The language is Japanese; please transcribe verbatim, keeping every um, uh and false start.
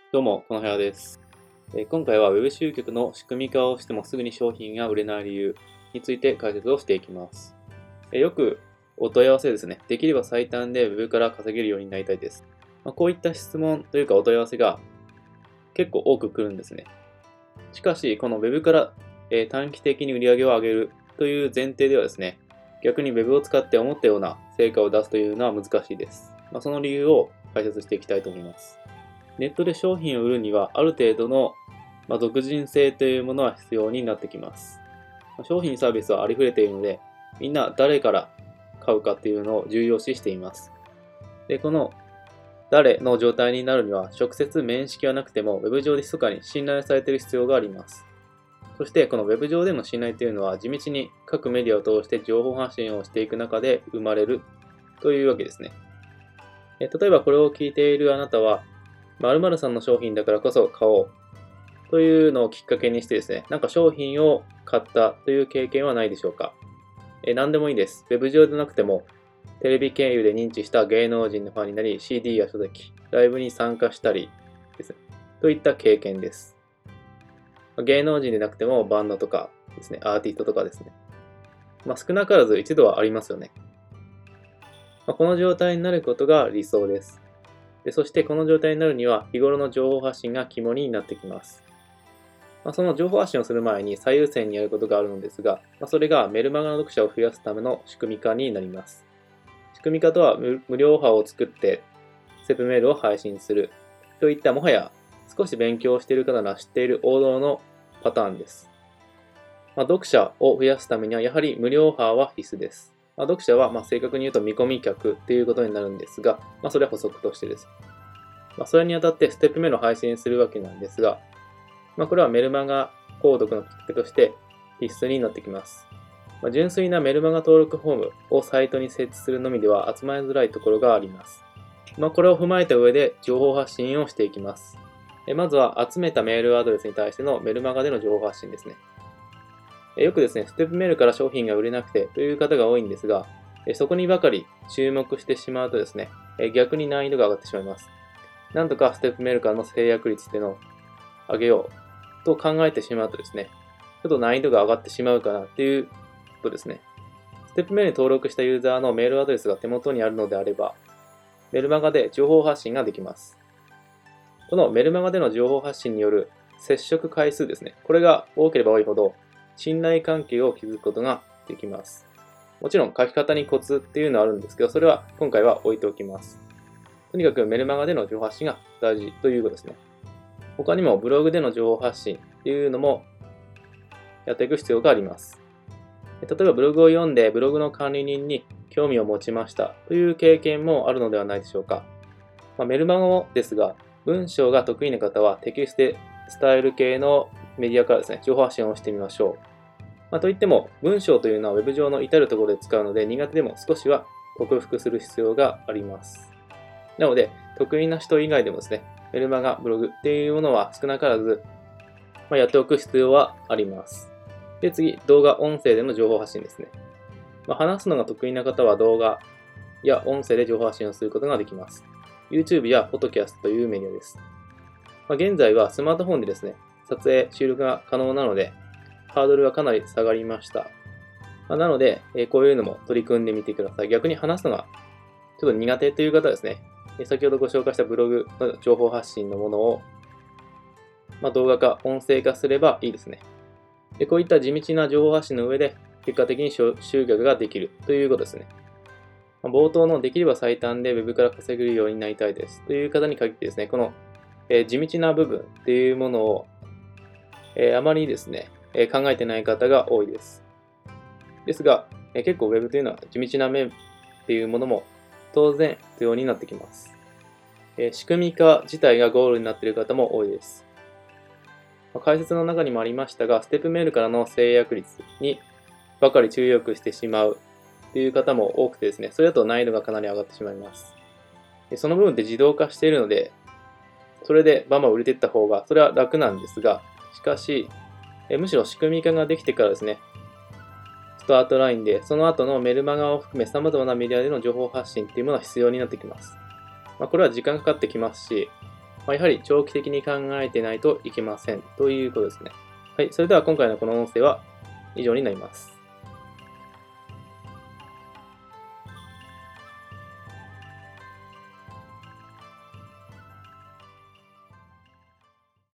どうも、この部屋です。えー今回は Web 集客の仕組み化をしてもすぐに商品が売れない理由について解説をしていきます。えーよくお問い合わせですね。できれば最短で Web から稼げるようになりたいです。まあ、こういった質問というかお問い合わせが結構多く来るんですね。しかし、この Web から、えー短期的に売り上げを上げるという前提ではですね、逆に Web を使って思ったような成果を出すというのは難しいです。まあ、その理由を解説していきたいと思います。ネットで商品を売るにはある程度の、まあ、属人性というものは必要になってきます。商品サービスはありふれているので、みんな誰から買うかっていうのを重要視しています。で、この誰の状態になるには直接面識はなくても Web 上で密かに信頼されている必要があります。そしてこの Web 上での信頼というのは地道に各メディアを通して情報発信をしていく中で生まれるというわけですね。例えばこれを聞いているあなたは〇〇さんの商品だからこそ買おうというのをきっかけにしてですね、なんか商品を買ったという経験はないでしょうか。え何でもいいです。ウェブ上でなくても、テレビ経由で認知した芸能人のファンになり、シーディー や書籍、ライブに参加したりですね、といった経験です。芸能人でなくてもバンドとかですね、アーティストとかですね。まあ、少なからず一度はありますよね。まあ、この状態になることが理想です。でそしてこの状態になるには日頃の情報発信が肝になってきます。まあ、その情報発信をする前に最優先にやることがあるのですが、まあ、それがメルマガの読者を増やすための仕組み化になります。仕組み化とは無無料波を作ってステップメールを配信するといったもはや少し勉強している方なら知っている王道のパターンです。まあ、読者を増やすためにはやはり無料波は必須です。まあ、読者はまあ正確に言うと見込み客ということになるんですが、まあ、それは補足としてです。まあ、それにあたってステップメールを配信するわけなんですが、まあ、これはメルマガ購読のきっかけとして必須になってきます。まあ、純粋なメルマガ登録フォームをサイトに設置するのみでは集まりづらいところがあります。まあ、これを踏まえた上で情報発信をしていきます。まずは集めたメールアドレスに対してのメルマガでの情報発信ですね。よくですね、ステップメールから商品が売れなくてという方が多いんですが、そこにばかり注目してしまうとですね、逆に難易度が上がってしまいます。なんとかステップメールからの制約率っていうのを上げようと考えてしまうとですね、ちょっと難易度が上がってしまうかなっていうことですね。ステップメールに登録したユーザーのメールアドレスが手元にあるのであれば、メルマガで情報発信ができます。このメルマガでの情報発信による接触回数ですね。これが多ければ多いほど、信頼関係を築くことができます。もちろん書き方にコツっていうのはあるんですけど、それは今回は置いておきます。とにかくメルマガでの情報発信が大事ということですね。他にもブログでの情報発信っていうのもやっていく必要があります。例えばブログを読んでブログの管理人に興味を持ちましたという経験もあるのではないでしょうか。まあ、メルマガもですが、文章が得意な方はテキストスタイル系のメディアからですね、情報発信をしてみましょう。まあ、といっても、文章というのは Web 上の至るところで使うので、苦手でも少しは克服する必要があります。なので、得意な人以外でもですね、メルマガ、ブログっていうものは少なからず、まあ、やっておく必要はあります。で、次、動画、音声での情報発信ですね。まあ、話すのが得意な方は動画や音声で情報発信をすることができます。YouTube や Podcast というメディアです。まあ、現在はスマートフォンでですね、撮影、収録が可能なので、ハードルはかなり下がりました。まあ、なので、えー、こういうのも取り組んでみてください。逆に話すのがちょっと苦手という方はですね、先ほどご紹介したブログの情報発信のものを、まあ、動画化、音声化すればいいですね。でこういった地道な情報発信の上で、結果的に集客ができるということですね。まあ、冒頭のできれば最短で Web から稼げるようになりたいですという方に限ってですね、この、えー、地道な部分っていうものを、えー、あまりですね、えー、考えてない方が多いです。ですが、えー、結構 Web というのは地道な面っていうものも当然必要になってきます。えー、仕組み化自体がゴールになっている方も多いです。まあ、解説の中にもありましたが、ステップメールからの制約率にばかり注力してしまうという方も多くてですね、それだと難易度がかなり上がってしまいます。その部分って自動化しているので、それでバンバン売れていった方が、それは楽なんですが、しかし、むしろ仕組み化ができてからですね、スタートラインで、その後のメルマガを含め様々なメディアでの情報発信っていうものは必要になってきます。まあ、これは時間かかってきますし、 まあ、やはり長期的に考えてないといけませんということですね。はい、それでは今回のこの音声は以上になります。